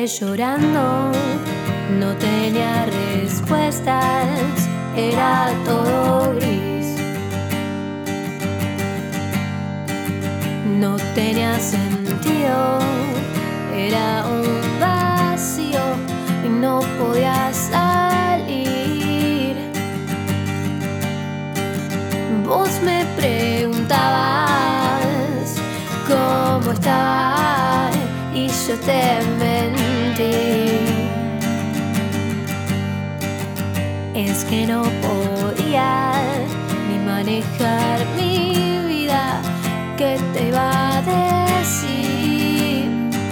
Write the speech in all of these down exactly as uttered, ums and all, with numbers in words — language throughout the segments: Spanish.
llorando, no tenía respuestas, era todo gris. No tenía sentido, era un vacío y no podía salir. Vos me preguntabas cómo estaba y yo te mentí. Es que no podía ni manejar mi vida, ¿qué te iba a decir?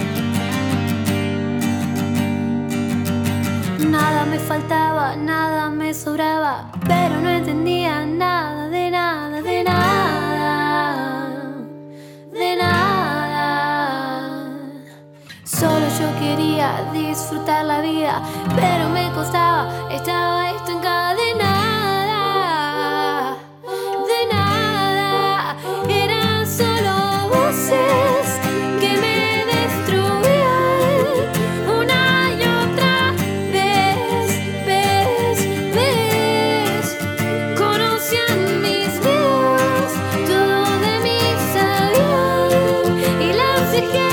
Nada me faltaba, nada me sobraba, pero no entendía nada de nada, de nada, de nada. Solo yo quería disfrutar la vida, pero me costaba, estaba esto encadenada, de nada. Eran solo voces que me destruían una y otra vez, vez, vez. Conocían mis miedos, todo de mí sabían y las dejé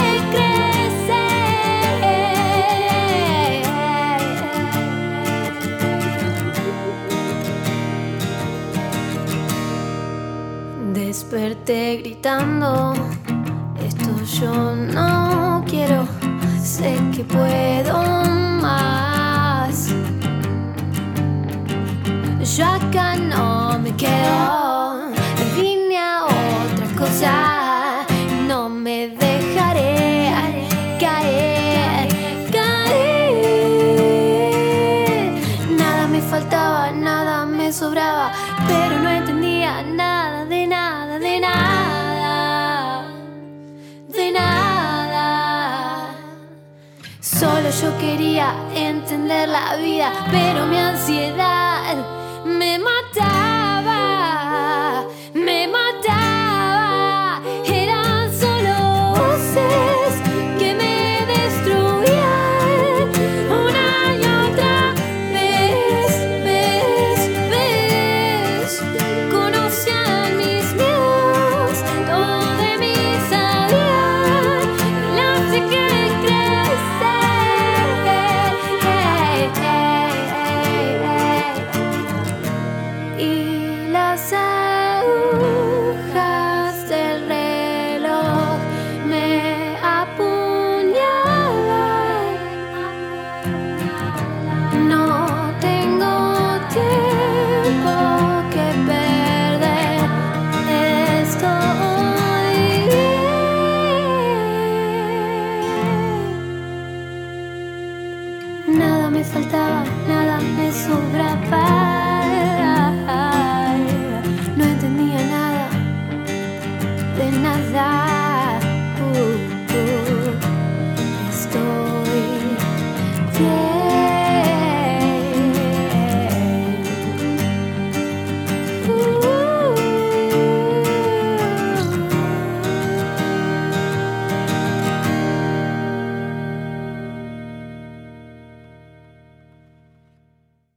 desperté gritando, esto yo no quiero, sé que puedo más. Yo acá no me quedo, vine a otra cosa, no me dejaré caer, caer. Nada me faltaba, nada me sobraba, pero no entendía nada de nada, de nada, de nada. Solo yo quería entender la vida, pero mi ansiedad me mataba, me mataba. Eran solo voces que me destruían una y otra vez, vez, vez. Conocían mis miedos, todo de mí sabían, las dejé crecer, y las